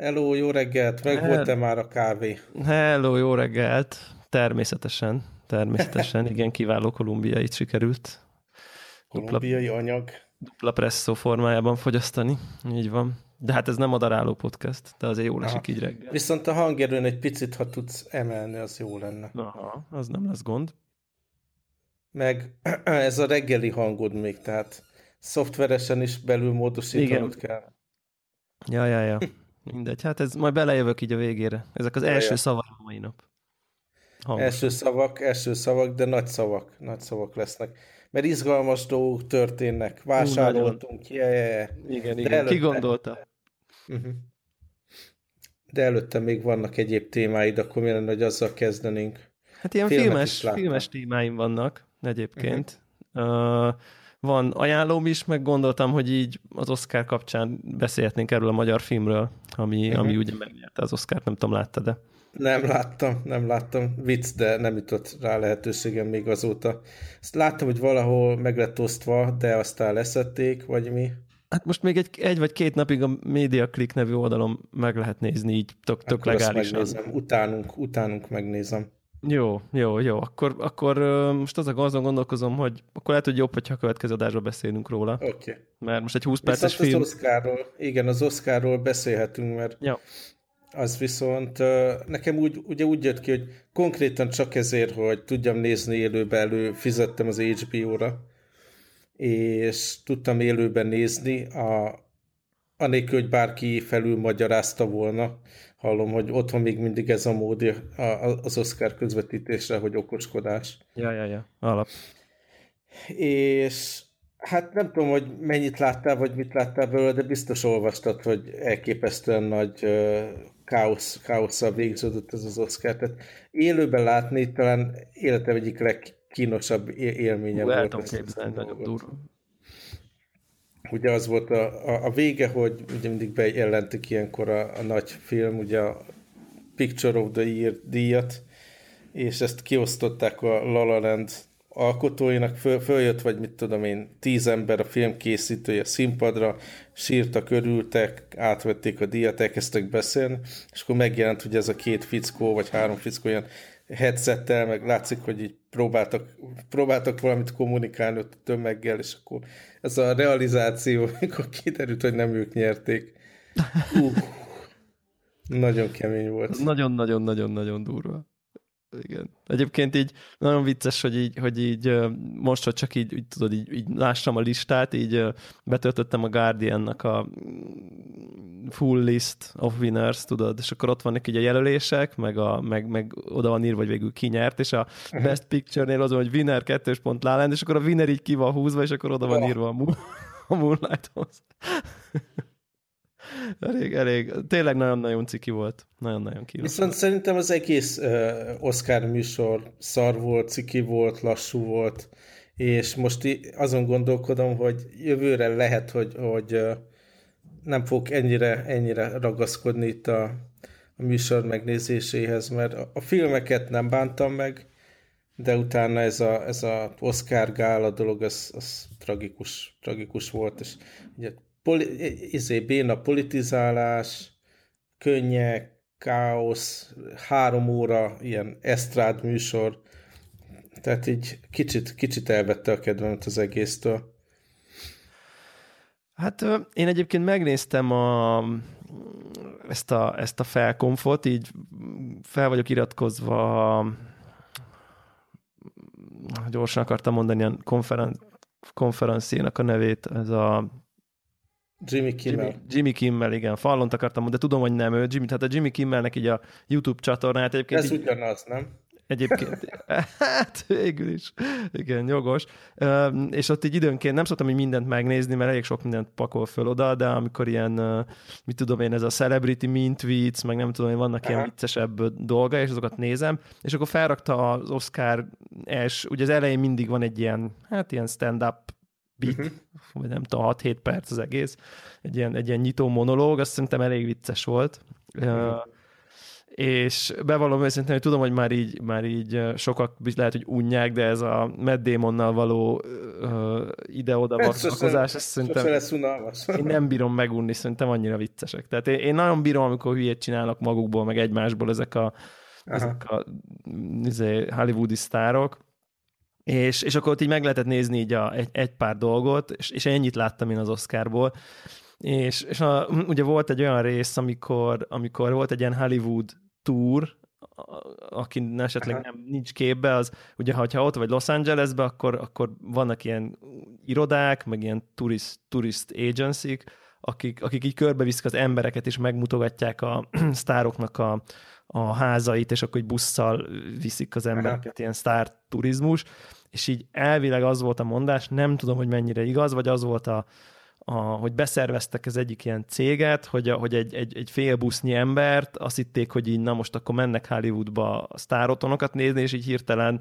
Hello, jó reggelt! Meg volt-e már a kávé? Hello, jó reggelt! Természetesen, igen, kiváló kolumbiait sikerült dupla, Kolumbiai anyag. dupla presszó formájában fogyasztani, így van. De hát ez nem a daráló podcast, de azért jól Aha. esik így reggel. Viszont a hangerőn egy picit, ha tudsz emelni, az jó lenne. Aha, az nem lesz gond. Meg ez a reggeli hangod még, tehát szoftveresen is belül módosítanod Igen, kell. ja. Mindegy, hát ez majd belejövök így a végére. Ezek az első Ja. szavak a mai nap. Hangosan. Első szavak, de nagy szavak lesznek. Mert izgalmas dolgok történnek. Nagyon. Vásároltunk, yeah. De Igen. Ki gondolta? uh-huh. De előtte még vannak egyéb témáid, akkor mi lenne, hogy azzal kezdenénk. Hát ilyen Filmet is láttam. filmes témáim vannak egyébként. Van ajánlóm is, meg gondoltam, hogy így az Oscar kapcsán beszélhetnénk erről a magyar filmről, ami ugye megnyerte az Oscart, nem tudom, láttad de. Nem láttam. Vicc, de nem jutott rá lehetőségem még azóta. Ezt láttam, hogy valahol meg lett osztva, de aztán leszették, vagy mi. Hát most még egy vagy két napig a Media Click nevű oldalon meg lehet nézni így tök Akkor azt legálisan. megnézem. Utánunk megnézem. Jó. Akkor most azon gondolkozom, hogy akkor lehet, hogy jobb, hogyha a következő adásban beszélünk róla. Oké. Mert most egy 20 perces film. Az Oscarról beszélhetünk, mert Ja. az viszont nekem úgy jött ki, hogy konkrétan csak ezért, hogy tudjam nézni élőben, fizettem az HBO-ra, és tudtam élőben nézni, anélkül, hogy bárki felül magyarázta volna. Hallom, hogy ott van még mindig ez a mód az Oscar közvetítésre, hogy okoskodás. Ja. Alap. És hát nem tudom, hogy mennyit láttál, vagy mit láttál belőle, de biztos olvastad, hogy elképesztően nagy káosszal végződött ez az Oscar. Tehát élőben látni talán életem egyik legkínosabb élménye volt. El tudom képzelni, nagyon durva. Ugye az volt a vége, hogy ugye mindig bejelentik ilyenkor a nagy film, ugye a Picture of the Year díjat, és ezt kiosztották a La La Land alkotóinak, följött, vagy mit tudom én, 10 ember, a film készítője színpadra, sírtak, örültek, átvették a díjat, elkezdtek beszélni, és akkor megjelent ugye ez a két fickó, vagy három fickó ilyen headsettel, meg látszik, hogy így próbáltak valamit kommunikálni ott a tömeggel, és akkor ez a realizáció, amikor kiderült, hogy nem ők nyerték. Nagyon kemény volt. Nagyon durva. Igen. Egyébként így nagyon vicces, hogy így most, hogy csak így tudod, így lássam a listát, így betöltöttem a Guardiannak a full list of winners, tudod, és akkor ott vannak így a jelölések, meg oda van írva, hogy végül ki nyert, és a Best Picture-nél azon, hogy winner 2 pont La La Land, és akkor a winner így ki van húzva, és akkor oda van írva a Moonlighthoz. Elég. Tényleg nagyon-nagyon ciki volt. Nagyon-nagyon kínos. Viszont szerintem az egész Oscar műsor szar volt, ciki volt, lassú volt, és most azon gondolkodom, hogy jövőre lehet, hogy nem fogok ennyire ragaszkodni itt a műsor megnézéséhez, mert a filmeket nem bántam meg, de utána ez a Oscar gála dolog, az tragikus volt, és ugye béna politizálás, könnyek, káosz, 3 óra ilyen esztrád műsor, tehát így kicsit elvette a kedvemet az egésztől. Hát én egyébként megnéztem ezt a felkonfot, így fel vagyok iratkozva, gyorsan akartam mondani ilyen konferenciának a nevét, ez a Jimmy Kimmel, igen, Fallont akartam mondani, de tudom, hogy nem ő, tehát a Jimmy Kimmelnek így a YouTube csatornáját egyébként... Ez ugyanaz, nem? Egyébként, hát végül is, igen, jogos. És ott így időnként nem szoktam így mindent megnézni, mert elég sok mindent pakol föl oda, de amikor ilyen, mit tudom én, ez a celebrity mean tweets, meg nem tudom én, vannak ilyen viccesebb dolga, és azokat nézem, és akkor felrakta az Oscar ugye az elején mindig van egy ilyen, hát ilyen stand-up beat, vagy nem tudom, 6-7 perc az egész, egy ilyen nyitó monológ, azt szerintem elég vicces volt. és bevallom őszintén, hogy tudom, hogy már így sokak lehet, hogy unják, de ez a Matt Damonnal való ide-oda vaklakozás, ezt szerintem lesz unalmas. én nem bírom megunni, szerintem annyira viccesek. Tehát én nagyon bírom, amikor hülyét csinálnak magukból, meg egymásból ezek a hollywoodi sztárok, és akkor ott így meg lehetett nézni így egy pár dolgot, és ennyit láttam én az Oscarból, és ugye volt egy olyan rész, amikor volt egy ilyen Hollywood tour, aki esetleg nincs képbe, az ugye, ha ott vagy Los Angelesbe, akkor vannak ilyen irodák, meg ilyen tourist agency-k, akik így körbeviszik az embereket, és megmutogatják a sztároknak a házait, és akkor egy busszal viszik az embereket, ilyen sztár turizmus, és így elvileg az volt a mondás, nem tudom, hogy mennyire igaz, vagy az volt hogy beszerveztek az egyik ilyen céget, hogy egy fél busznyi embert azt hitték, hogy így na most akkor mennek Hollywoodba a sztárotonokat nézni, és így hirtelen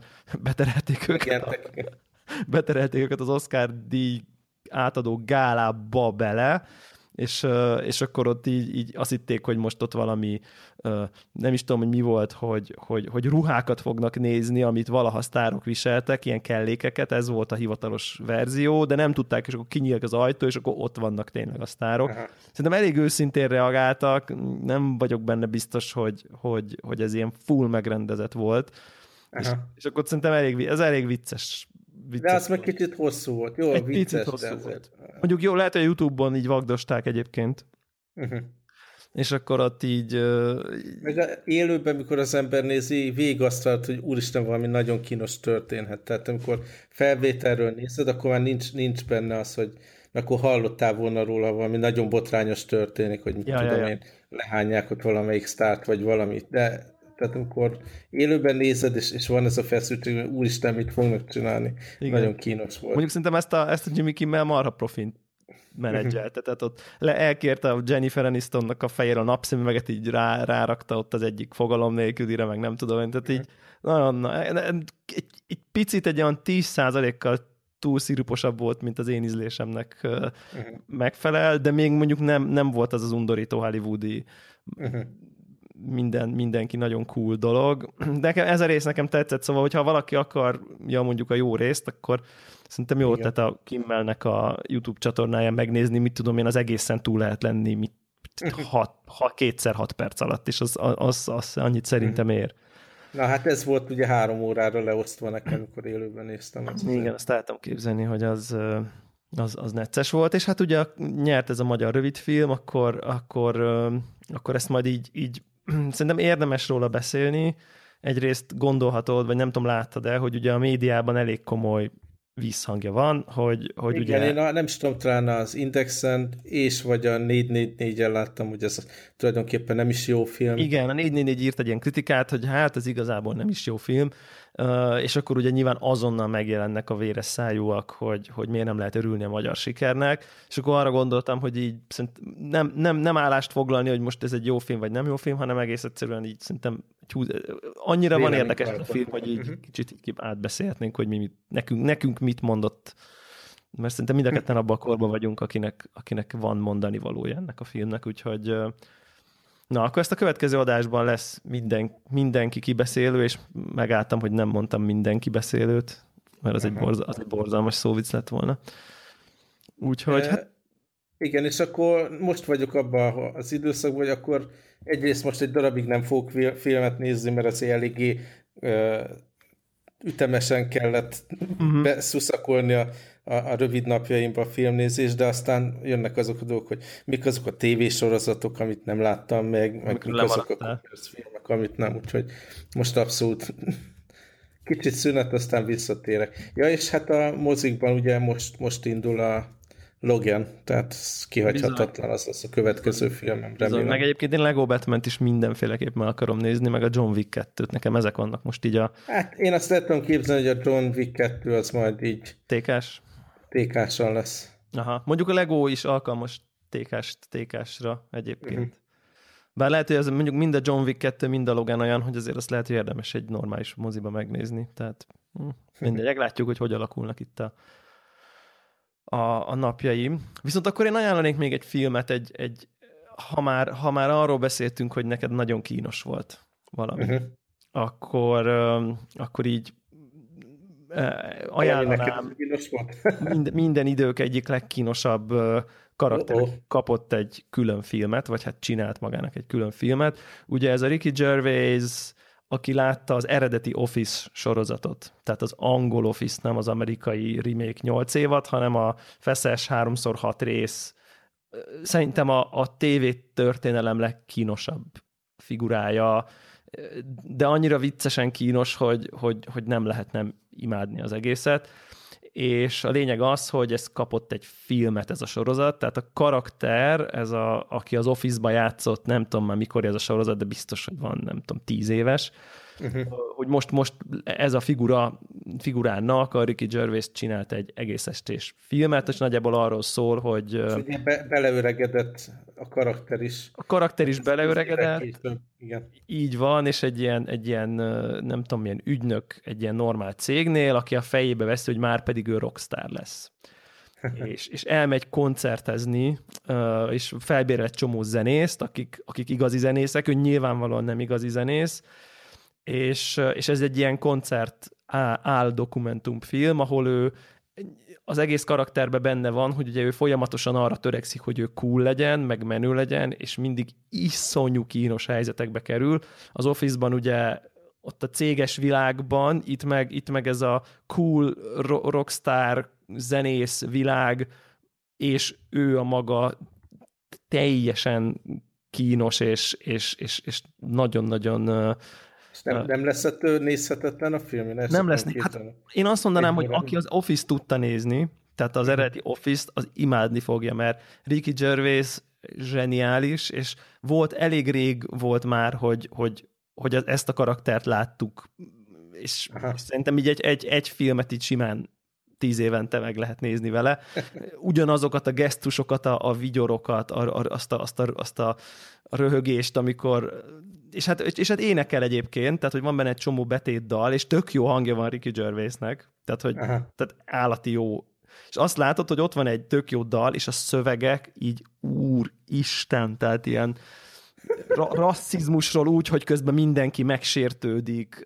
beterelték őket az Oscar díj átadó gálába bele, és akkor ott így azt hitték, hogy most ott valami, nem is tudom, hogy mi volt, hogy ruhákat fognak nézni, amit valaha sztárok viseltek, ilyen kellékeket, ez volt a hivatalos verzió, de nem tudták, és akkor kinyílik az ajtó, és akkor ott vannak tényleg a sztárok. Szerintem elég őszintén reagáltak, nem vagyok benne biztos, hogy ez ilyen full megrendezett volt, és akkor szerintem ez elég vicces. De az meg kicsit hosszú volt. Jó, egy vicces, picit hosszú volt. Mondjuk jó, lehet, hogy a YouTube-on így vagdosták egyébként. És akkor ott így... Meg élőben, mikor az ember nézi, végig azt vált, hogy úristen, valami nagyon kínos történhet. Tehát amikor felvételről nézed, akkor már nincs benne az, hogy akkor hallottál volna róla, valami nagyon botrányos történik, hogy én, lehányják ott valamelyik sztárt, vagy valamit. De tehát amikor élőben nézed, és van ez a feszültség, hogy úristen, mit fognak csinálni. Igen. Nagyon kínos volt. Mondjuk szerintem ezt a Jimmy Kimmel marha profin menedzselte. Tehát ott elkérte a Jennifer Anistonnak a fejére a napszemüveget, így rárakta ott az egyik fogalom nélkülire, meg nem tudom én. Tehát így nagyon, egy picit egy olyan 10%-kal túl sziruposabb volt, mint az én ízlésemnek megfelel, de még mondjuk nem volt az undorító hollywoodi mindenki nagyon cool dolog. De nekem ez a rész nekem tetszett, szóval, hogyha valaki akarja mondjuk a jó részt, akkor szerintem jó ötlet a Kimmelnek a YouTube csatornáján megnézni, mit tudom én, az egészen túl lehet lenni 6 perc alatt, és az annyit szerintem ér. Na hát ez volt ugye 3 órára leosztva nekem, amikor élőben néztem. Igen, azt el tudom képzelni, hogy az necces volt, és hát ugye nyert ez a magyar rövidfilm, akkor ezt majd így szerintem érdemes róla beszélni. Egyrészt gondolhatod, vagy nem tudom, láttad-e, hogy ugye a médiában elég komoly vízhangja van, hogy igen, ugye... én nem is tudom, talán az Indexen és vagy a 444-en láttam, hogy ez tulajdonképpen nem is jó film. Igen, a 444 írt egy ilyen kritikát, hogy hát ez igazából nem is jó film, és akkor ugye nyilván azonnal megjelennek a véres szájúak, hogy miért nem lehet örülni a magyar sikernek, és akkor arra gondoltam, hogy így nem állást foglalni, hogy most ez egy jó film, vagy nem jó film, hanem egész egyszerűen így szerintem annyira van érdekes a film, hogy így kicsit így átbeszélhetnénk, hogy nekünk mit mondott, mert szerintem mind a ketten abban a korban vagyunk, akinek van mondani valója ennek a filmnek, úgyhogy na, akkor ezt a következő adásban lesz mindenki kibeszélő, és megálltam, hogy nem mondtam mindenki beszélőt, mert az egy borzalmas szóvic lett volna. Úgyhogy... Igen, és akkor most vagyok abban az időszakban, hogy akkor egyrészt most egy darabig nem fogok filmet nézni, mert az eléggé ütemesen kellett beszuszakolni a rövid napjaimban a filmnézés, de aztán jönnek azok a dolgok, hogy mik azok a tévésorozatok, amit nem láttam meg mik azok a filmek, amit nem, úgyhogy most abszolút kicsit szünet, aztán visszatérek. Ja, és hát a mozikban ugye most indul a Logan, tehát kihagyhatatlan, az lesz a következő filmem, remélem. Meg egyébként én Lego Batman-t is mindenféleképpen akarom nézni, meg a John Wick 2-t, nekem ezek vannak most így a... Hát én azt tudom képzelni, hogy a John Wick 2 az majd így... TK-san lesz. Aha, mondjuk a Lego is alkalmas TK-sra egyébként. Bár lehet, hogy ez mondjuk mind a John Wick 2, mind a Logan olyan, hogy azért azt lehet, hogy érdemes egy normális moziba megnézni, tehát mindegy, meglátjuk, hogy alakulnak itt a napjaim. Viszont akkor én ajánlanék még egy filmet, ha már arról beszéltünk, hogy neked nagyon kínos volt valami, akkor így ajánlanám, minden idők egyik legkínosabb karakter kapott egy külön filmet, vagy hát csinált magának egy külön filmet. Ugye ez a Ricky Gervais, aki látta az eredeti Office sorozatot, tehát az angol Office, nem az amerikai remake 8 évad, hanem a feszes 3x6 rész, szerintem a TV történelem legkínosabb figurája, de annyira viccesen kínos, hogy nem lehet nem imádni az egészet. És a lényeg az, hogy ez kapott egy filmet, ez a sorozat, tehát a karakter, aki az Office-ba játszott, nem tudom már mikor ez a sorozat, de biztos, hogy van, nem tudom, 10 éves, hogy most ez a figurának a Ricky Gervais csinált egy egész estés filmet, és nagyjából arról szól, hogy... És ugye beleöregedett a karakter is. A karakter is beleöregedett, igen. Így van, és egy ilyen nem tudom, milyen ügynök egy ilyen normál cégnél, aki a fejébe veszi, hogy már pedig ő rockstar lesz. és elmegy koncertezni, és felbérel egy csomó zenészt, akik igazi zenészek, ő nyilvánvalóan nem igazi zenész, és ez egy ilyen koncert dokumentumfilm, ahol ő az egész karakterben benne van, hogy ugye ő folyamatosan arra törekszik, hogy ő cool legyen, meg menő legyen, és mindig iszonyú kínos helyzetekbe kerül. Az Office-ban ugye ott a céges világban, itt meg ez a cool rockstar zenész világ, és ő a maga teljesen kínos, és nagyon-nagyon... Nem lesz ettől nézhetetlen a film? Nem lesz. Hát én azt mondanám, hogy aki az Office tudta nézni, tehát az eredeti Office-t, az imádni fogja, mert Ricky Gervais zseniális, és elég rég volt már, hogy ezt a karaktert láttuk, és szerintem így egy filmet így simán 10 évente meg lehet nézni vele. Ugyanazokat a gesztusokat, a vigyorokat, azt a röhögést, amikor... És hát énekel egyébként, tehát hogy van benne egy csomó betétdal, és tök jó hangja van Ricky Gervaisnek, tehát állati jó. És azt látod, hogy ott van egy tök jó dal, és a szövegek így úristen, tehát ilyen rasszizmusról úgy, hogy közben mindenki megsértődik,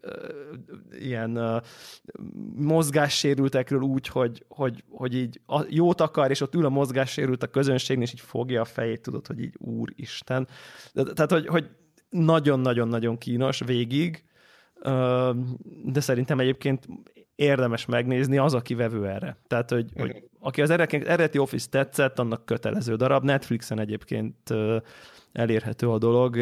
ilyen mozgássérültekről úgy, hogy így jót akar, és ott ül a mozgássérült a közönségnél, és így fogja a fejét, tudod, hogy így úristen. Tehát, hogy nagyon-nagyon-nagyon kínos végig, de szerintem egyébként érdemes megnézni, az, aki vevő erre. Tehát, hogy aki az eredeti Office tetszett, annak kötelező darab. Netflixen egyébként elérhető a dolog.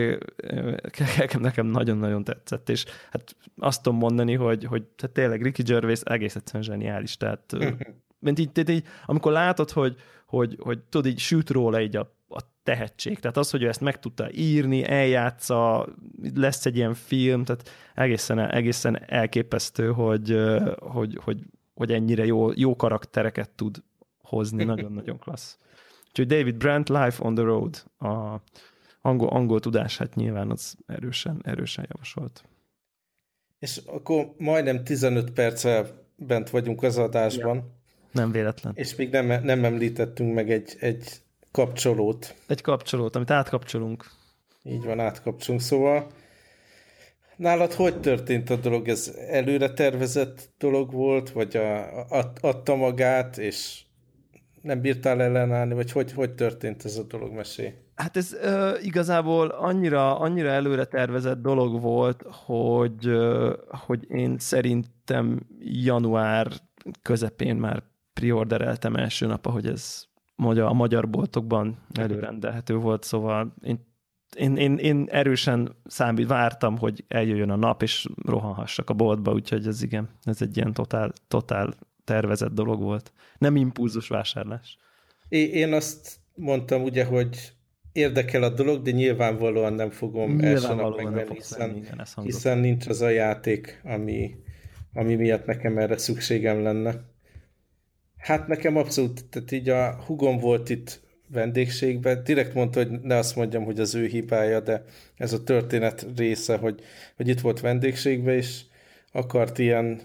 Nekem nagyon-nagyon tetszett, és hát azt tudom mondani, hogy hát tényleg Ricky Gervais egész egyszerűen zseniális. Tehát, mint így, amikor látod, hogy tudod, így süt róla így a tehetség. Tehát az, hogy ő ezt meg tudta írni, eljátsza, lesz egy ilyen film, tehát egészen elképesztő, hogy ennyire jó karaktereket tud hozni, nagyon-nagyon klassz. Úgyhogy David Brent, Life on the Road, a angol tudás, hát nyilván az erősen javasolt. És akkor majdnem 15 perccel bent vagyunk az adásban. Ja. Nem véletlen. És még nem említettünk meg egy kapcsolót. Egy kapcsolót, amit átkapcsolunk. Így van, átkapcsolunk. Szóval nálad hogy történt a dolog? Ez előre tervezett dolog volt, vagy adta magát, és nem bírtál ellenállni, vagy hogy történt ez a dolog, mesélj? Hát ez igazából annyira előre tervezett dolog volt, hogy én szerintem január közepén már preordereltem első nap, ahogy ez a magyar boltokban előrendelhető volt, szóval én erősen vártam, hogy eljöjjön a nap, és rohanhassak a boltba, úgyhogy ez egy ilyen totál tervezett dolog volt. Nem impulzus vásárlás. Én azt mondtam ugye, hogy érdekel a dolog, de nyilvánvalóan nem fogom első nap megvenni, hiszen nincs az a játék, ami miatt nekem erre szükségem lenne. Hát nekem abszolút, tehát így a hugom volt itt vendégségben, direkt mondta, hogy ne azt mondjam, hogy az ő hibája, de ez a történet része, hogy itt volt vendégségben, és akart ilyen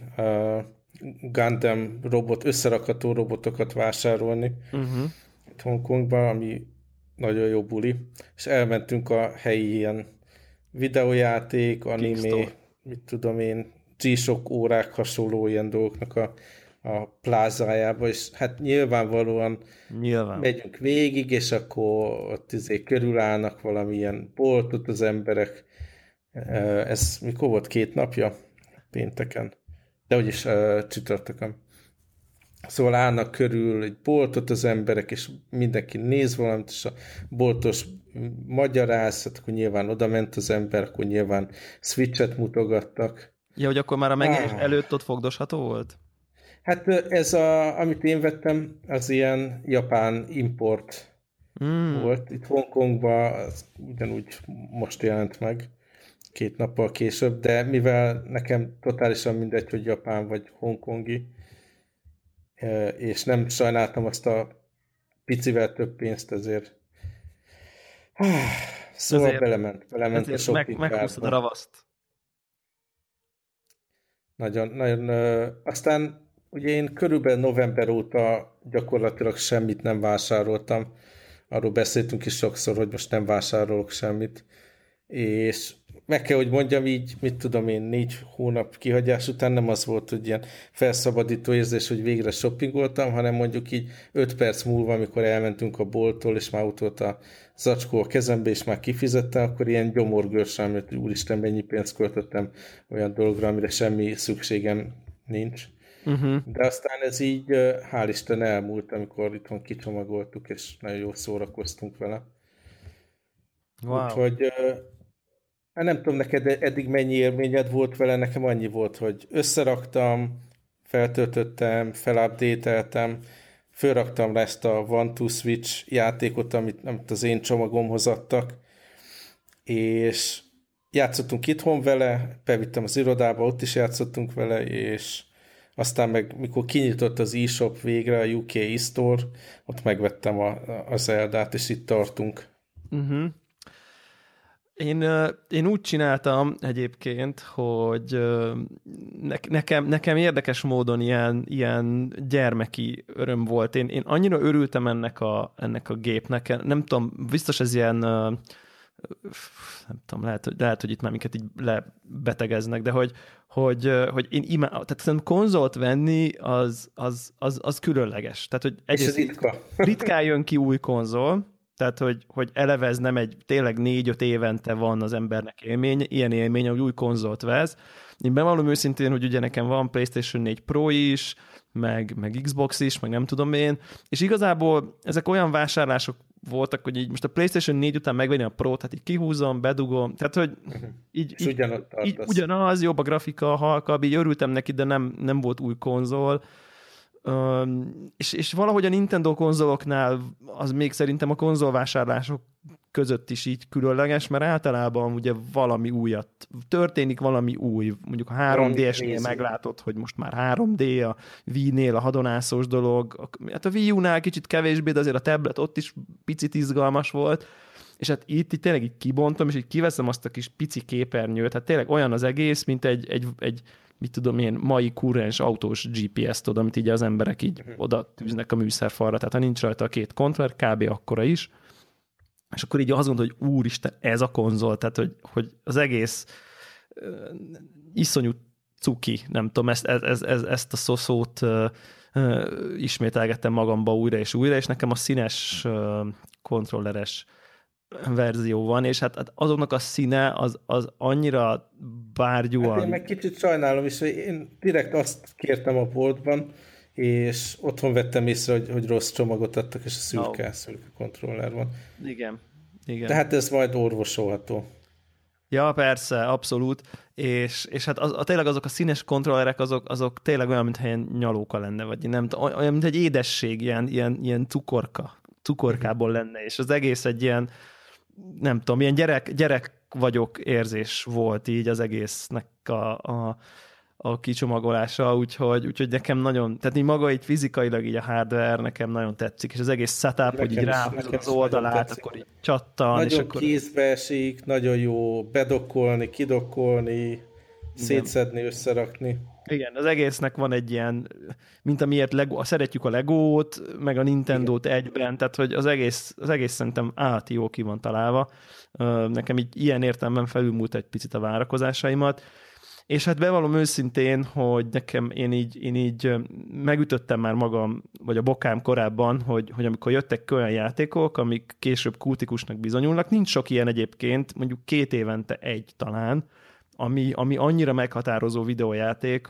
Gundam összerakható robotokat vásárolni itt Hongkongban, ami nagyon jó buli, és elmentünk a helyi ilyen videójáték, anime, Kickstore. mit tudom én, G-Shock órák hasonló ilyen dolgoknak a plázájába, és hát nyilvánvalóan Nyilván. megyünk végig, és akkor ott körülállnak valamilyen boltot az emberek. Ez mikor volt? 2 napja? Pénteken. De úgyis csütörtökön. Szóval állnak körül egy boltot az emberek, és mindenki néz valamit, és a boltos magyaráz, hát akkor nyilván oda ment az ember, akkor nyilván Switch-et mutogattak. Ja, hogy akkor már a megjelenés Ah, előtt ott fogdosható volt? hát amit én vettem, az ilyen japán import Mm. volt. Itt Hongkongban az ugyanúgy most jelent meg, 2 nappal később, de mivel nekem totálisan mindegy, hogy japán vagy hongkongi, és nem sajnáltam azt a picivel több pénzt, ezért szóval Ezért, belement a ezért shopping meghúztad a cardba. ravaszt. Nagyon, nagyon, aztán ugye én körülbelül november óta gyakorlatilag semmit nem vásároltam. Arról beszéltünk is sokszor, hogy most nem vásárolok semmit. És meg kell, hogy mondjam így, mit tudom én, 4 hónap kihagyás után nem az volt, hogy ilyen felszabadító érzés, hogy végre shoppingoltam, hanem mondjuk így 5 perc múlva, amikor elmentünk a bolttól, és már ott volt a zacskó a kezembe, és már kifizettem, akkor ilyen gyomorgörsen, hogy úristen, mennyi pénzt költöttem olyan dologra, amire semmi szükségem nincs. Uh-huh. De aztán ez így, hál' Isten elmúlt, amikor itthon kicsomagoltuk, és nagyon jól szórakoztunk vele. Wow. Úgyhogy hát nem tudom, neked eddig mennyi élményed volt vele, nekem annyi volt, hogy összeraktam, feltöltöttem, felupdateltem, fölraktam rá ezt a One to Switch játékot, amit az én csomagomhoz adtak, és játszottunk itthon vele, bevittem az irodába, ott is játszottunk vele, és aztán meg, mikor kinyitott az eShop végre, a UK eStore, ott megvettem a Zeldát, és itt tartunk. Uh-huh. Én úgy csináltam egyébként, hogy nekem érdekes módon ilyen gyermeki öröm volt. Én annyira örültem ennek a gépnek. Nem tudom, biztos ez ilyen, nem tudom, lehet, hogy itt már minket így lebetegeznek, de hogy én tehát szerintem konzolt venni az különleges. Tehát, hogy És ez egyrészt ritka. ritkán jön ki új konzol, tehát, hogy eleve ez nem tényleg 4-5 évente van az embernek ilyen élmény, hogy új konzolt vesz. Én bevallom őszintén, hogy ugye nekem van PlayStation 4 Pro is, meg Xbox is, meg nem tudom én, és igazából ezek olyan vásárlások voltak, hogy így most a PlayStation 4 után megvenni a Pro-t, tehát így kihúzom, bedugom, tehát hogy És ugyanott így tartasz. ugyanaz, jobb a grafika, halkabb, így örültem neki, de nem volt új konzol. És valahogy a Nintendo konzoloknál az még szerintem a konzolvásárlások között is így különleges, mert általában ugye valami újat, történik valami új, mondjuk a 3DS-nél meglátod, hogy most már 3D, a Wii-nél a hadonászós dolog, hát a Wii U-nál kicsit kevésbé, de azért a tablet ott is picit izgalmas volt, és hát itt tényleg így kibontom, és így kiveszem azt a kis pici képernyőt, hát tényleg olyan az egész, mint egy mit tudom én, mai kurrens autós GPS-t oda, amit így az emberek így oda tűznek a műszerfalra, tehát ha nincs rajta a 2 kontroller, kb. Akkora is, és akkor így azt mondod, hogy úristen, ez a konzol, tehát hogy az egész iszonyú cuki, nem tudom, ezt a szót ismételgettem magamba újra, és nekem a színes kontrolleres verzió van, és hát azoknak a színe az annyira bárgyúan. Hát én meg kicsit sajnálom is, hogy én direkt azt kértem a boltban, és otthon vettem észre, hogy rossz csomagot adtak, és a szürke kontroller van. Igen. De hát ez majd orvosolható. Ja, persze, abszolút. És hát tényleg azok a színes kontrollerek, azok tényleg olyan, mintha ilyen nyalóka lenne, vagy nem olyan, mint egy édesség, ilyen cukorkából lenne, és az egész egy ilyen, nem tudom, ilyen gyerek vagyok érzés volt így az egésznek a kicsomagolása, úgyhogy nekem nagyon, tehát így maga így fizikailag így a hardware nekem nagyon tetszik, és az egész setup, hogy így ráhúzod az oldalát, akkor így csattan. Nagyon és akkor kézbe esik, nagyon jó bedokkolni, kidokkolni, szétszedni, összerakni. Igen, az egésznek van egy ilyen, mint amiért szeretjük a Legót, meg a Nintendót egyben, tehát hogy az egész szerintem jó ki van találva. Nekem így ilyen értelemben felülmúlt egy picit a várakozásaimat. És hát bevallom őszintén, hogy nekem én így megütöttem már magam, vagy a bokám korábban, hogy amikor jöttek olyan játékok, amik később kultikusnak bizonyulnak, nincs sok ilyen egyébként, mondjuk 2 évente egy talán, ami annyira meghatározó videójáték,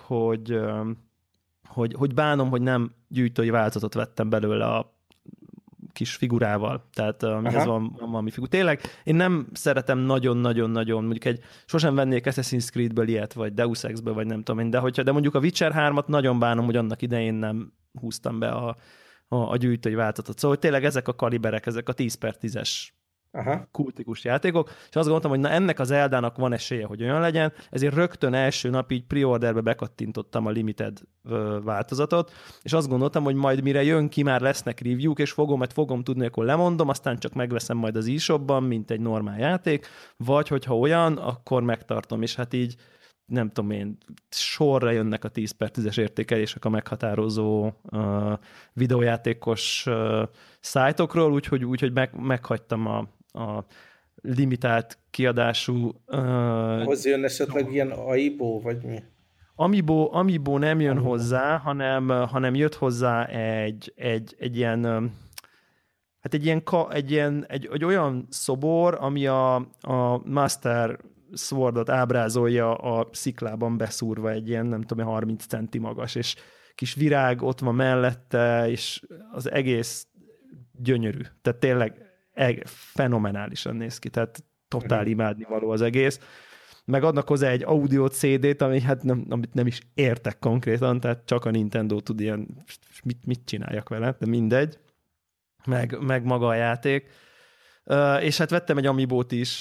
hogy bánom, hogy nem gyűjtői változatot vettem belőle a kis figurával, tehát ez van valami figura. Tényleg, én nem szeretem nagyon-nagyon-nagyon, mondjuk sosem vennék Assassin's Creed-ből ilyet, vagy Deus Ex-ből, vagy nem tudom én, de mondjuk a Witcher 3-at nagyon bánom, hogy annak idején nem húztam be a gyűjtői változatot. Szóval tényleg ezek a kaliberek, ezek a 10/10-es kultikus játékok, és azt gondoltam, hogy na ennek az Zeldának van esélye, hogy olyan legyen, ezért rögtön első nap így pre-orderbe bekattintottam a limited változatot, és azt gondoltam, hogy majd mire jön ki, már lesznek review-k, és fogom tudni, akkor lemondom, aztán csak megveszem majd az eShopban, mint egy normál játék, vagy hogyha olyan, akkor megtartom, és hát így nem tudom én, sorra jönnek a 10/10-es értékelések a meghatározó videójátékos szájtokról, úgyhogy meghagytam a limitált kiadású... Ahhoz jön esetleg ilyen Amiibo, vagy mi? Amiibo nem jön hozzá, hanem jött hozzá egy ilyen... Hát egy olyan szobor, ami a Master Swordot ábrázolja a sziklában beszúrva, egy ilyen, nem tudom, 30 centi magas, és kis virág ott van mellette, és az egész gyönyörű. Tehát tényleg fenomenálisan néz ki, tehát totál imádnivaló az egész. Meg adnak hozzá egy audio CD-t, amit nem is értek konkrétan, tehát csak a Nintendo tud ilyen, mit csináljak vele, de mindegy. Meg maga a játék. És hát vettem egy Amiibót is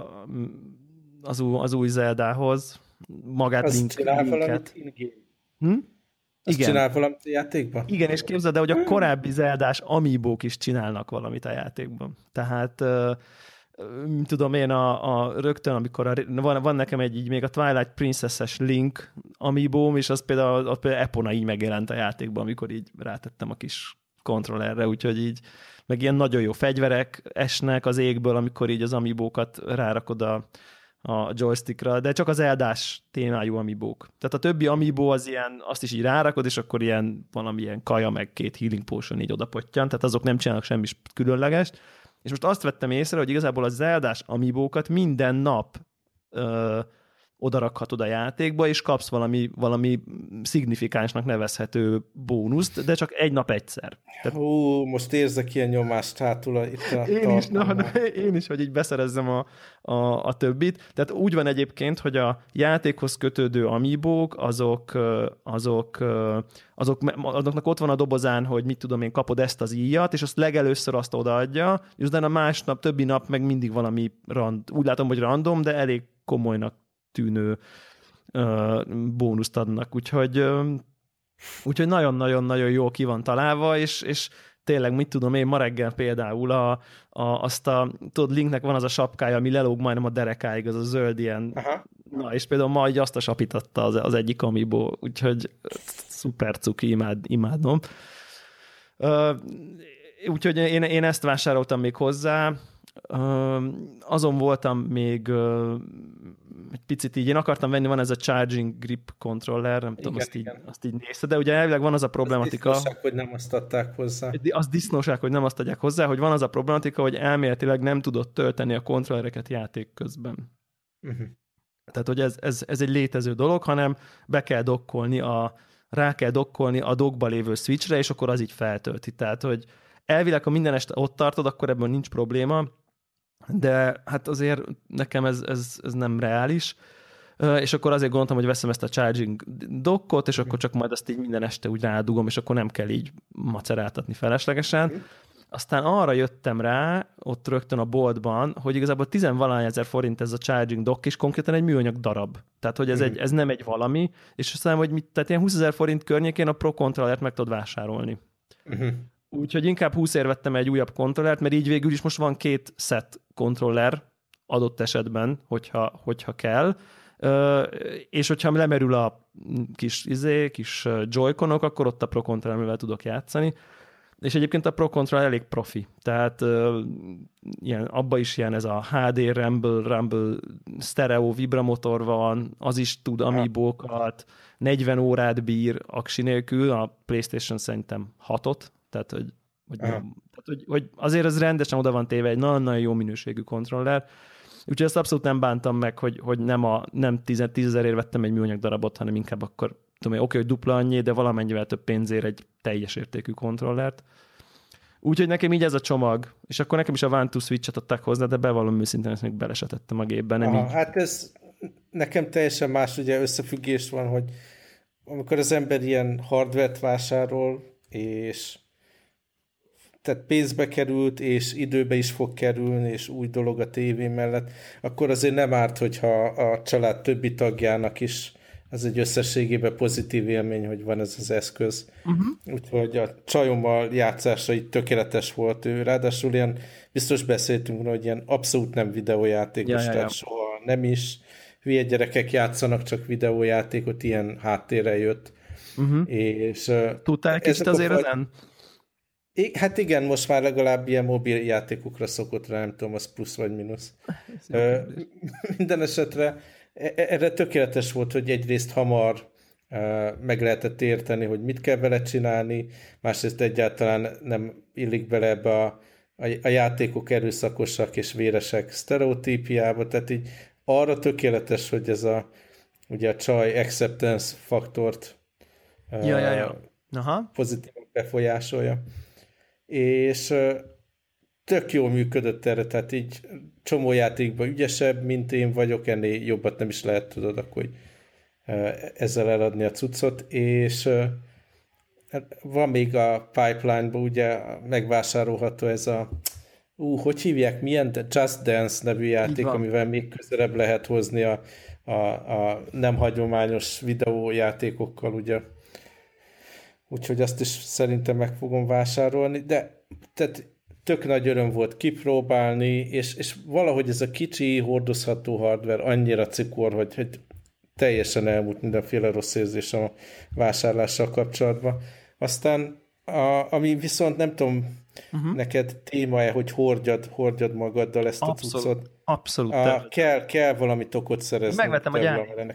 az új Zeldához. Magát linket. Azt csinál valamit a játékban? Igen, és képzeld el, hogy a korábbi Zeldás Amiibók is csinálnak valamit a játékban. Tehát tudom én, rögtön, amikor van nekem egy még a Twilight Princess-es Link Amiibóm, és az például Epona így megjelent a játékban, amikor így rátettem a kis kontrollerre, úgyhogy így meg ilyen nagyon jó fegyverek esnek az égből, amikor így az Amiibókat rárakod a joystickra, de csak az Eldás témájú Amiibók. Tehát a többi Amiibo az ilyen, azt is így rárakod, és akkor ilyen valamilyen kaja, meg 2 healing potion így odapottyan, tehát azok nem csinálnak semmi különlegest. És most azt vettem észre, hogy igazából a Zeldás Amiibókat minden nap odarakhatod a játékba, és kapsz valami szignifikánsnak nevezhető bónuszt, de csak egy nap egyszer. Tehát... most érzek ilyen nyomást hátul itt a én is, hogy így beszerezzem a többit. Tehát úgy van egyébként, hogy a játékhoz kötődő amiibók, azoknak ott van a dobozán, hogy mit tudom én, kapod ezt az íjat, és azt legelőször azt odaadja, és utána másnap, többi nap meg mindig valami úgy látom, hogy random, de elég komolynak tűnő bónuszt adnak, úgyhogy nagyon-nagyon-nagyon jól ki van találva, és tényleg, mit tudom én, ma reggel például tudod, Linknek van az a sapkája, ami lelóg majdnem a derekáig, az a zöld ilyen, na, és például ma így azt a sapítatta az egyik Amiibo, úgyhogy szuper cuki, imádom. Úgyhogy én ezt vásároltam még hozzá, azon voltam még egy picit így, én akartam venni, van ez a Charging Grip Controller, nem tudom, azt így nézte, de ugye elvileg van az a problematika. Az disznóság, hogy nem azt adták hozzá. Az disznóság, hogy nem azt adják hozzá, hogy van az a problematika, hogy elméletileg nem tudod tölteni a kontrollereket játék közben. Tehát, hogy ez egy létező dolog, hanem rá kell dokkolni a dockba lévő switchre, és akkor az így feltölti. Tehát, hogy elvileg, ha minden este ott tartod, akkor ebből nincs probléma, de hát azért nekem ez nem reális, és akkor azért gondoltam, hogy veszem ezt a charging dockot, és akkor csak majd azt így minden este úgy rádugom, és akkor nem kell így maceráltatni feleslegesen. Aztán arra jöttem rá, ott rögtön a boltban, hogy igazából 10-valahány ezer forint ez a charging dock, és konkrétan egy műanyag darab. Tehát, hogy ez nem egy valami, és aztán, hogy tehát ilyen 20 000 forint környékén a Pro Controllert meg tudod vásárolni. Úgyhogy inkább 20-ért vettem egy újabb kontrollert, mert így végül is most van 2 set kontroller adott esetben, hogyha kell. És hogyha lemerül a kis joyconok, akkor ott a Pro Controller-amivel tudok játszani. És egyébként a Pro Controller elég profi, tehát abba is ilyen ez a HD Rumble stereo vibramotor van, az is tud amiibókat, 40 órát bír aksi nélkül, a PlayStation szerintem 6-ot, tehát hogy azért ez rendesen oda van téve egy nagyon-nagyon jó minőségű kontroller, úgyhogy ezt abszolút nem bántam meg, hogy nem 10 000-ért vettem egy műanyag darabot, hanem inkább akkor tudom, hogy dupla annyi, de valamennyivel több pénzért egy teljes értékű kontrollert. Úgyhogy nekem így ez a csomag, és akkor nekem is a One to Switch-et adták hozzá, de bevallom őszintén, ezt még belesetettem a gépbe. Nem így. Hát ez nekem teljesen más, ugye összefüggés van, hogy amikor az ember ilyen hardware-t vásárol, és tehát pénzbe került, és időbe is fog kerülni, és új dolog a tévé mellett, akkor azért nem árt, hogyha a család többi tagjának is az egy összességében pozitív élmény, hogy van ez az eszköz. Úgyhogy a csajommal játszása így tökéletes volt ő. Ráadásul ilyen, biztos beszéltünk, hogy ilyen abszolút nem videójátékos, tehát soha nem is. Hülye gyerekek játszanak csak videójátékot, ilyen háttérre jött. És tudtál kicsit azért ezen? Hát igen, most már legalább ilyen mobil játékokra szokott rá, nem tudom, az plusz vagy mínusz. Minden esetre erre tökéletes volt, hogy egyrészt hamar meg lehetett érteni, hogy mit kell vele csinálni, másrészt egyáltalán nem illik bele ebbe a játékok erőszakosak és véresek sztereotípiába, tehát így arra tökéletes, hogy ez ugye a csaj acceptance faktort pozitívan befolyásolja. És tök jól működött erre, tehát így csomó játékban ügyesebb, mint én vagyok, ennél jobbat nem is lehet, tudod, akkor ezzel eladni a cuccot, és van még a pipeline-ban ugye megvásárolható ez hogy hívják, milyen Just Dance nevű játék, amivel még közelebb lehet hozni a nem hagyományos videójátékokkal, ugye. Úgyhogy azt is szerintem meg fogom vásárolni, de tehát tök nagy öröm volt kipróbálni, és valahogy ez a kicsi, hordozható hardware annyira cikor, hogy teljesen elmúlt mindenféle rossz érzés a vásárlással kapcsolatban. Aztán, ami viszont nem tudom, neked téma-e, hogy hordjad magaddal ezt a cuccot? Abszolút. Kell valami tokot szerezni. Megvettem a gyárit.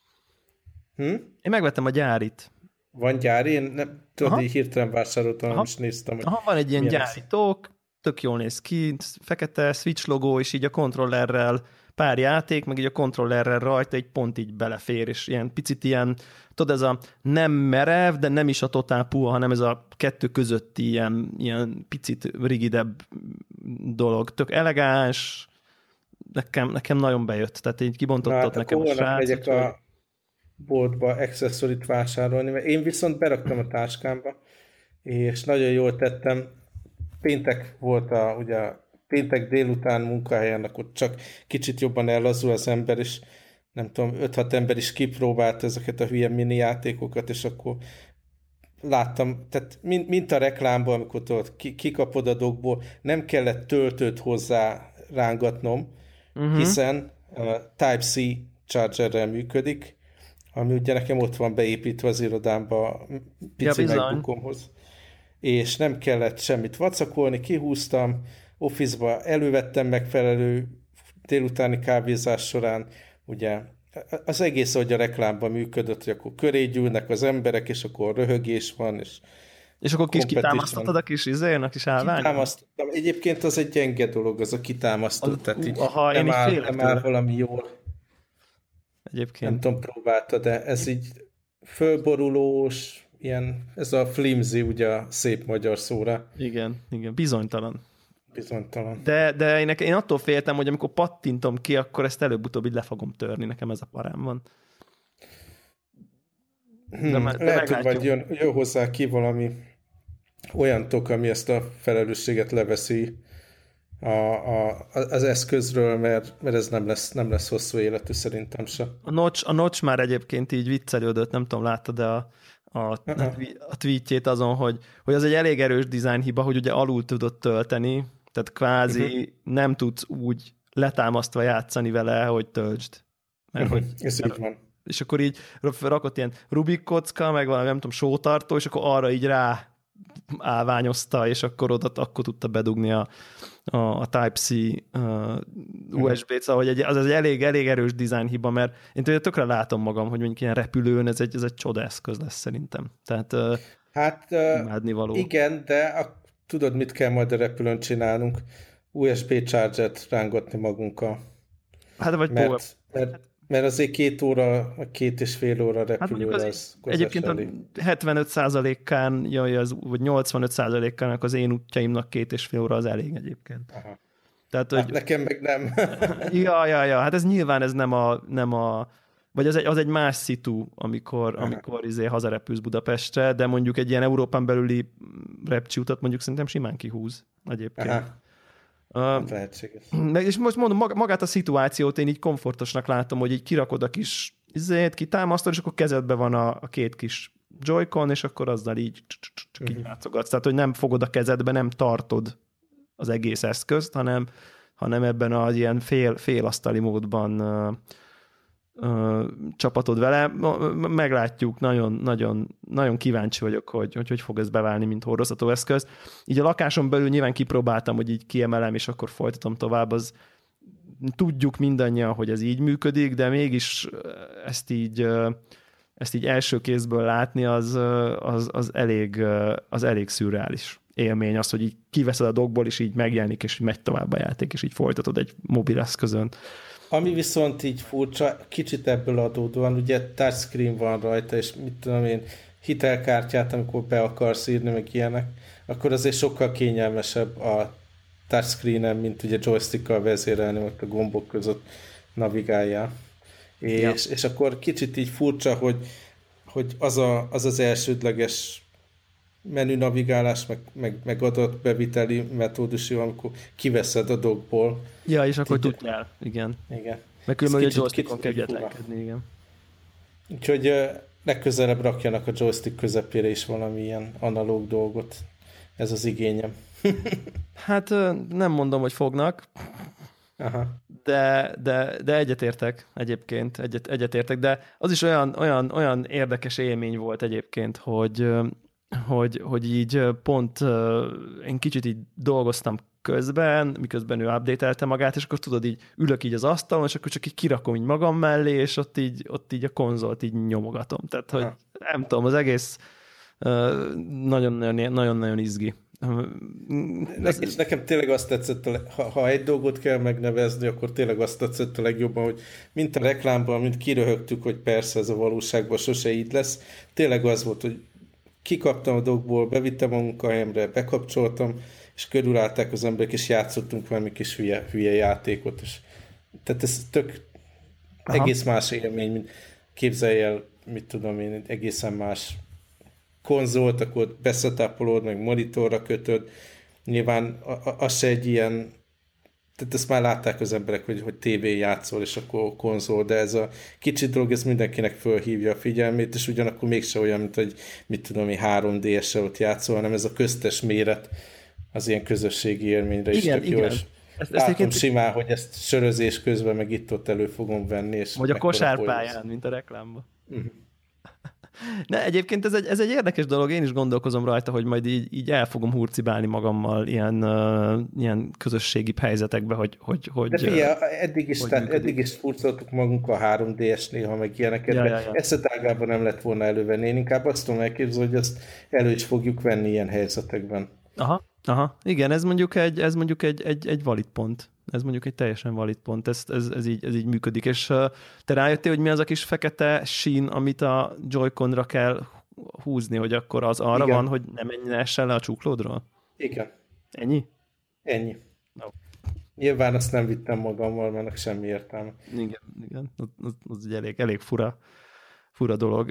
Én megvettem a gyárit. Van gyári? Én nem tudod, így hirtelen vásároltam, nem is néztem. Van egy ilyen gyári tók, tök jól néz ki, fekete Switch logó, és így a kontrollerrel pár játék, meg így a kontrollerrel rajta egy pont így belefér, és ilyen picit ilyen, tudod, ez a nem merev, de nem is a totál puha, hanem ez a kettő közötti ilyen picit rigidebb dolog. Tök elegáns, nekem nagyon bejött, tehát így kibontottat nekem a srác. Megyek a boltba accessorit vásárolni, mert én viszont beraktam a táskámba, és nagyon jól tettem. Péntek volt ugye péntek délután munkahelyen, akkor csak kicsit jobban ellazul az ember, és nem tudom, 5-6 ember is kipróbált ezeket a hülye mini játékokat, és akkor láttam, tehát mint a reklámban, amikor tudod, kikapod a dokból, nem kellett töltőt hozzá rángatnom, hiszen Type-C chargerrel működik, ami ugye nekem ott van beépítve az irodámba pici MacBookomhoz. És nem kellett semmit vacakolni, kihúztam, Office-ba elővettem megfelelő délutáni kávézás során, ugye az egész, ahogy a reklámban működött, hogy akkor köré gyűlnek az emberek, és akkor röhögés van, és akkor kis kitámasztottad a kis a kis állványt? Kitámasztottam. Egyébként az egy gyenge dolog, az a kitámasztó, tehát így nem áll valami jól. Egyébként. Nem tudom, próbálta, de ez így fölborulós, ilyen, ez a flimsy, ugye a szép magyar szóra. Igen, bizonytalan. Bizonytalan. De én attól féltem, hogy amikor pattintom ki, akkor ezt előbb-utóbb így le fogom törni, nekem ez a parám van. Lehet, hogy majd jön hozzá ki valami olyan tok, ami ezt a felelősséget leveszi az eszközről, mert ez nem lesz hosszú életű szerintem se. A notch már egyébként így viccelődött, nem tudom, láttad-e a tweetjét azon, hogy az egy elég erős design hiba, hogy ugye alul tudod tölteni, tehát kvázi nem tudsz úgy letámasztva játszani vele, hogy töltsd. Mert hogy, Ez így van. és akkor így rakott ilyen Rubik kocka, meg valami, nem tudom, sótartó, és akkor arra így rá állványozta, és akkor akkor tudta bedugni a Type-C USB-t, szóval hogy az egy elég erős design hiba, mert én tökre látom magam, hogy mondjuk ilyen repülőn ez egy csoda eszköz lesz szerintem. Tehát Hát imádnivaló. igen, de tudod, mit kell majd a repülőn csinálnunk? USB charger-t rángatni magunkkal. Hát vagy mert azért 2 óra, 2,5 óra repülőre hát az egyébként a 75%-án, vagy 85%-ának az én útjaimnak 2,5 óra az elég egyébként. Aha. Tehát, hát nekem meg nem. ja, hát ez nyilván ez nem a vagy az egy más szitu, amikor hazarepülsz Budapestre, de mondjuk egy ilyen Európán belüli repcsi utat mondjuk szerintem simán kihúz egyébként. Aha. Lehetséges. És most mondom, magát a szituációt én így komfortosnak látom, hogy így kirakod a kis kitámasztod, és akkor kezedben van a két kis Joy-Con, és akkor azzal így játszogatsz. Tehát, hogy nem fogod a kezedbe, nem tartod az egész eszközt, hanem ebben az ilyen félasztali módban csapatod vele. Meglátjuk, nagyon kíváncsi vagyok, hogy fog ez beválni, mint hordozható eszköz. Így a lakáson belül nyilván kipróbáltam, hogy így kiemelem, és akkor folytatom tovább. Tudjuk mindannyian, hogy ez így működik, de mégis ezt így első kézből látni, az elég szürreális élmény, az, hogy így kiveszed a dockból, és így megjelenik, és megy tovább a játék, és így folytatod egy mobileszközön. Ami viszont így furcsa, kicsit ebből adódóan, ugye touchscreen van rajta, és mit tudom én, hitelkártyát, amikor be akarsz írni, meg ilyenek, akkor azért sokkal kényelmesebb a touchscreenen, mint ugye joystickkal vezérelni, vagy a gombok között navigáljál. És akkor kicsit így furcsa, hogy az elsődleges menü navigálás, meg adatbeviteli metódus, amikor kiveszed a dockból. Ja, és akkor tudjál, igen. Meg különben a joystickon kell egyetlenkedni, igen. Úgyhogy legközelebb rakjanak a joystick közepére is valami ilyen analóg dolgot. Ez az igényem. Hát nem mondom, hogy fognak. Aha. De egyetértek egyébként, egyetértek, de az is olyan érdekes élmény volt egyébként, hogy így pont én kicsit így dolgoztam közben, miközben ő update-elte magát, és akkor tudod, így ülök így az asztalon, és akkor csak így kirakom így magam mellé, és ott így a konzolt így nyomogatom. Tehát, hogy nem tudom, az egész nagyon-nagyon izgi. Nekem tényleg azt tetszett, ha egy dolgot kell megnevezni, akkor tényleg azt tetszett a legjobban, hogy mint a reklámban, mint kiröhögtük, hogy persze ez a valóságban sose így lesz. Tényleg az volt, hogy kikaptam a dockból, bevittem a munkahelyemre, bekapcsoltam, és körülállták az emberek, és játszottunk valami kis hülye játékot. Tehát ez egész más élmény, mint képzelj el, mit tudom én, egészen más konzolt, akkor beszetápolod, meg monitorra kötöd. Nyilván az se egy ilyen, tehát ezt már látták az emberek, hogy tévén játszol, és akkor konzol, de ez a kicsi dolog, ez mindenkinek fölhívja a figyelmét, és ugyanakkor mégse olyan, mint hogy mit tudom én 3D-essel ott játszol, hanem ez a köztes méret az ilyen közösségi élményre is tök jó. Látom simán, hogy ezt sörözés közben meg itt-ott elő fogom venni. És vagy a kosárpályán, mint a reklámban. Ne, egyébként ez egy érdekes dolog, én is gondolkozom rajta, hogy majd így el fogom hurcibálni magammal ilyen közösségi helyzetekbe, hogy de figyelj, eddig is furcoltuk magunk a 3DS-nél, ha meg ilyeneket, ezt a tágában nem lett volna elővenni. Én inkább azt tudom elképzelni, hogy ezt elő is fogjuk venni ilyen helyzetekben. Aha. Igen, ez mondjuk egy valid pont. Ez mondjuk egy teljesen valid pont, ez így működik. És te rájöttél, hogy mi az a kis fekete sín, amit a Joy-Conra kell húzni, hogy akkor az arra igen. Van, hogy nem essen le a csuklódról? Igen. Ennyi? Ennyi. No. Nyilván azt nem vittem magammal, mert semmi értelme. Igen. Az egy elég fura dolog.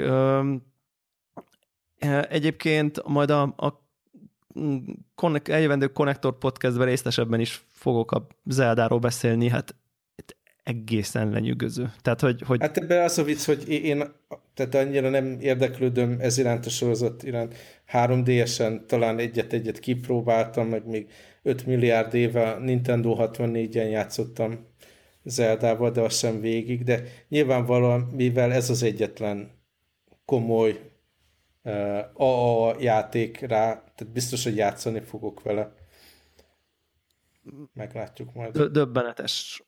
Egyébként majd a eljövendő Connector podcastben részletesebben is fogok a Zeldáról beszélni, hát egészen lenyűgöző. Tehát, hogy... Hát ebben az a vicc, hogy én tehát annyira nem érdeklődöm ez iránt a sorozat iránt. 3DS-en talán egyet kipróbáltam, meg még 5 milliárd éve Nintendo 64-en játszottam Zeldával, de az sem végig, de nyilvánvalóan, mivel ez az egyetlen komoly AA játék rá, tehát biztos, hogy játszani fogok vele. Meglátjuk majd. Döbbenetes.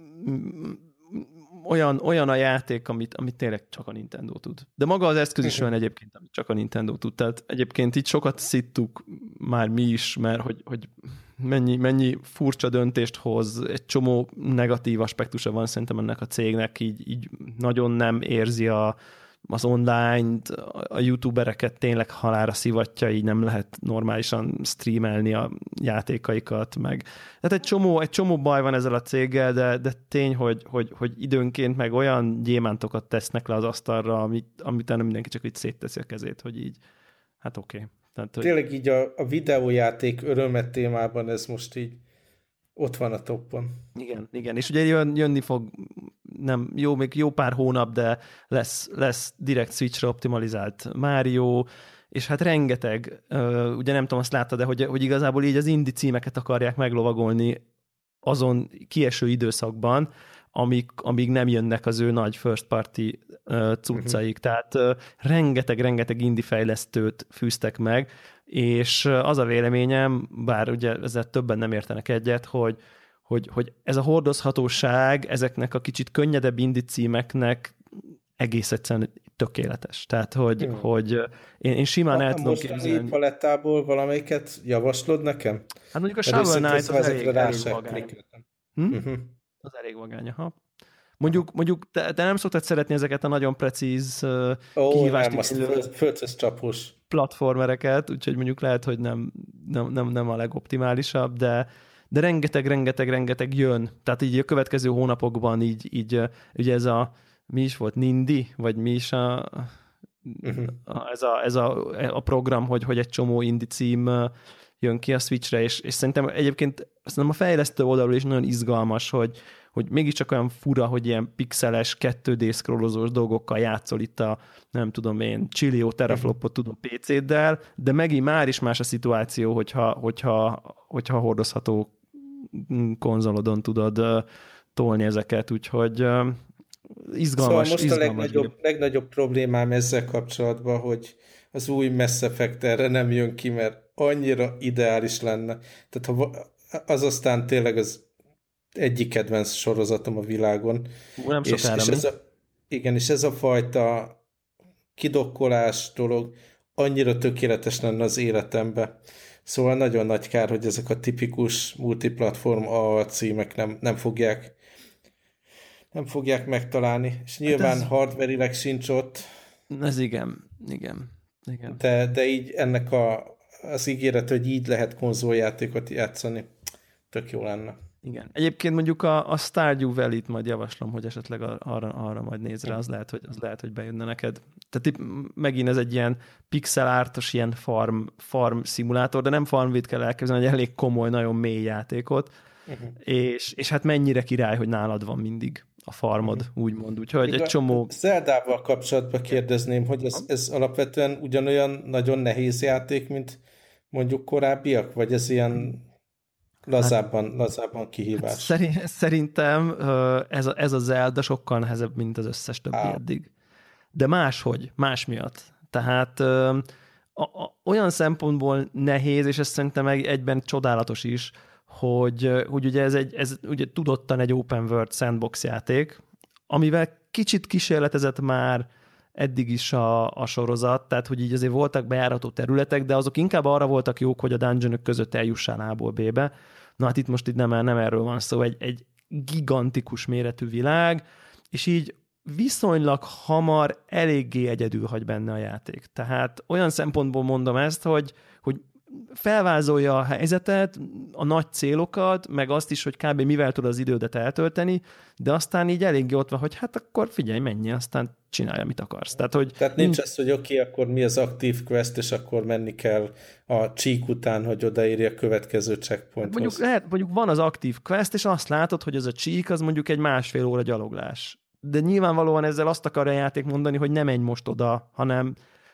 Olyan a játék, amit tényleg csak a Nintendo tud. De maga az eszköz is olyan egyébként, amit csak a Nintendo tud. Tehát egyébként így sokat szittuk már mi is, mert hogy mennyi furcsa döntést hoz, egy csomó negatív aspektusa van szerintem ennek a cégnek, így nagyon nem érzi az online-t, a youtubereket tényleg halálra szivatja, így nem lehet normálisan streamelni a játékaikat, meg. Tehát egy csomó baj van ezzel a céggel, de tény, hogy időnként meg olyan gyémántokat tesznek le az asztalra, amit mindenki csak így szétteszi a kezét, hogy így, hát oké. Tehát, hogy... Tényleg így a videójáték örömet témában ez most így ott van a toppon. Igen. És ugye jönni fog, nem jó, még jó pár hónap, de lesz direkt Switchre optimalizált Mario, és hát rengeteg, ugye nem tudom, azt láttad, de hogy igazából így az indie címeket akarják meglovagolni azon kieső időszakban, amíg nem jönnek az ő nagy first party cuccaik. Tehát rengeteg indie fejlesztőt fűztek meg, és az a véleményem, bár ugye ezzel többen nem értenek egyet, hogy ez a hordozhatóság ezeknek a kicsit könnyedebb indie címeknek egész egyszerűen tökéletes. Tehát, hogy én simán el tudom képzelni. Mostani palettából valamelyiket javaslod nekem? Hát mondjuk a Shovel Knight az elég vagány. Az elég vagány, aha. Mondjuk te nem szoktad szeretni ezeket a nagyon precíz kihívást földhöz csapós platformereket, úgyhogy mondjuk lehet, hogy nem a legoptimálisabb, de rengeteg jön. Tehát így a következő hónapokban így ugye ez mi is volt, Nindi? Vagy mi is ez a program, hogy egy csomó indie cím jön ki a Switchre, és szerintem egyébként a fejlesztő oldalról is nagyon izgalmas, hogy mégiscsak olyan fura, hogy ilyen pixeles, 2D scrollozós dolgokkal játszol itt a, nem tudom én, Chilio teraflopot tudó PC-ddel, de megint már is más a szituáció, hogyha hordozható konzolodon tudod tolni ezeket, úgyhogy izgalmas. Szóval most a legnagyobb problémám ezzel kapcsolatban, hogy az új Mass Effect erre nem jön ki, mert annyira ideális lenne. Tehát az aztán tényleg az egyik kedvenc sorozatom a világon. Nem és ez a fajta kidokkolás dolog annyira tökéletes lenne az életembe. Szóval nagyon nagy kár, hogy ezek a tipikus multiplatform a címek nem fogják megtalálni. És nyilván hát hardverileg sincs ott. Ez igen. De így ennek az ígéret, hogy így lehet konzoljátékot játszani, tök jó lenne. Igen. Egyébként mondjuk a Stardew Valley-t majd javaslom, hogy esetleg arra majd nézz rá, az lehet, hogy bejönne neked. Tehát itt megint ez egy ilyen pixel artos ilyen farm szimulátor, de nem Farmville kell elképzelni, egy elég komoly, nagyon mély játékot, és hát mennyire király, hogy nálad van mindig a farmod, úgymond. Úgyhogy egy csomó... Zeldával kapcsolatban kérdezném, hogy ez alapvetően ugyanolyan nagyon nehéz játék, mint mondjuk korábbiak, vagy ez ilyen lazábban kihívás? Hát szerintem ez a Zelda sokkal nehezebb, mint az összes többi eddig. De más miatt. Tehát olyan szempontból nehéz, és ez szerintem egyben csodálatos is, hogy ugye ez ugye tudottan egy open world sandbox játék, amivel kicsit kísérletezett már eddig is a sorozat, tehát hogy így azért voltak bejárató területek, de azok inkább arra voltak jók, hogy a dungeonök között eljussál A-ból B-be. Na hát itt most nem erről van szó, egy gigantikus méretű világ, és így viszonylag hamar eléggé egyedül hagy benne a játék. Tehát olyan szempontból mondom ezt, hogy felvázolja a helyzetet, a nagy célokat, meg azt is, hogy kb. Mivel tud az idődet eltölteni, de aztán így eléggé ott van, hogy hát akkor figyelj, menj, aztán csinálj, amit akarsz. Tehát nincs az, hogy oké, akkor mi az aktív quest, és akkor menni kell a csík után, hogy odaérje a következő checkpointhoz. Mondjuk van az aktív quest, és azt látod, hogy az a csík, az mondjuk egy 1,5 óra gyaloglás. De nyilvánvalóan ezzel azt akar a játék mondani, hogy nem menj most oda, hanem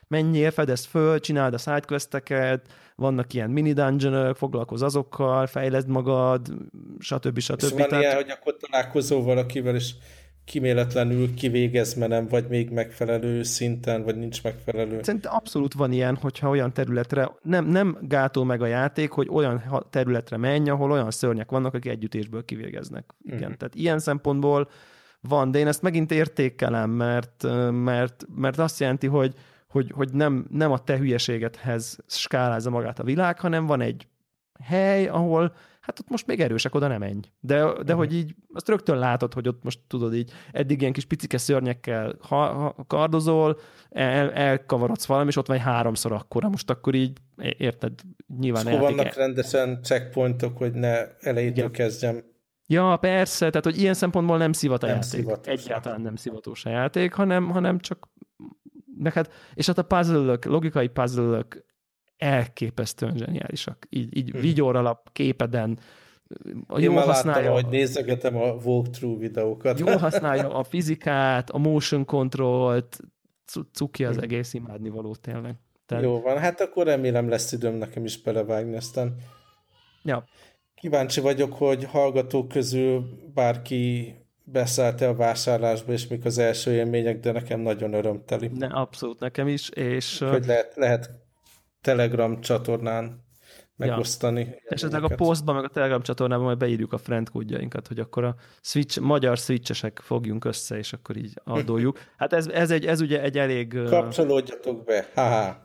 menjél, fedezd föl, csináld a sidequesteket, vannak ilyen mini dungeonök, foglalkozz azokkal, fejleszd magad, stb. És van ilyen, hogy akkor találkozol valakivel, és kíméletlenül kivégez, mert nem vagy még megfelelő szinten, vagy nincs megfelelő. Szerintem abszolút van ilyen, hogyha olyan területre, nem gátol meg a játék, hogy olyan területre menj, ahol olyan szörnyek vannak, akik együttésből kivégeznek. Igen, tehát ilyen szempontból van, de én ezt megint értékelem, mert azt jelenti, hogy nem a te hülyeségedhez skálázza magát a világ, hanem van egy hely, ahol hát ott most még erősek, oda nem menj. De hogy így, azt rögtön látod, hogy ott most tudod így, eddig ilyen kis picike szörnyekkel kardozol, elkavarodsz valami, és ott van egy 3-szor akkora, most akkor így, érted, nyilván és vannak rendesen checkpointok, hogy ne elejétől kezdjem. Ja, persze, tehát hogy ilyen szempontból nem szivat a játék. Szivatos. Egyáltalán nem szivatós a játék, hanem csak neked, és hát a puzzle-ök, logikai puzzle-ök elképesztően zseniálisak. Így vigyoralap képeden jól használja, láttam, hogy nézegetem a walkthrough videókat. Jól használja a fizikát, a motion controlt, cuki az egész, imádnivaló tényleg. Tehát... Jó van, hát akkor remélem lesz időm nekem is belevágni, aztán ja. Kíváncsi vagyok, hogy hallgatók közül bárki beszállt-e a vásárlásba, és mik az első élmények, de nekem nagyon örömteli. Abszolút nekem is, és... Hogy lehet Telegram csatornán megosztani. Ja. Esetleg a posztban, meg a Telegram csatornában majd beírjuk a friend kódjainkat, hogy akkor a magyar switchesek fogjunk össze, és akkor így adoljuk. Hát ez ugye egy elég... Kapcsolódjatok be, haha.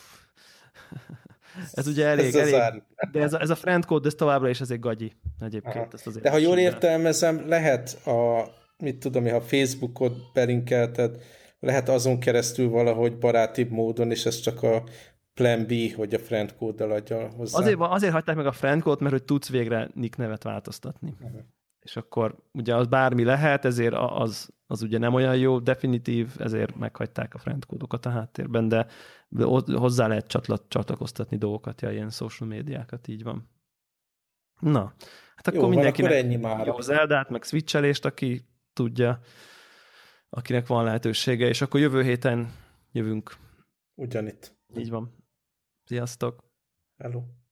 Ez ugye elég, de ez a friend code, ez továbbra is azért gagyi egyébként. Ezt azért de ha jól értelmezem, lehet ha Facebookot belinkelted, lehet azon keresztül valahogy barátibb módon, és ez csak a Plan B, hogy a friend code-dal adja hozzá. Azért hagyták meg a friend code, mert hogy tudsz végre nick nevet változtatni. És akkor ugye az bármi lehet, ezért az ugye nem olyan jó, definitív, ezért meghagyták a friend kódokat a háttérben, de hozzá lehet csatlakoztatni dolgokat, ilyen social médiákat, így van. Na, hát akkor jó, mindenkinek akkor ennyi már. Jó Zeldát, meg switchelést, aki tudja, akinek van lehetősége, és akkor jövő héten jövünk. Ugyanitt. Így van. Sziasztok! Hello!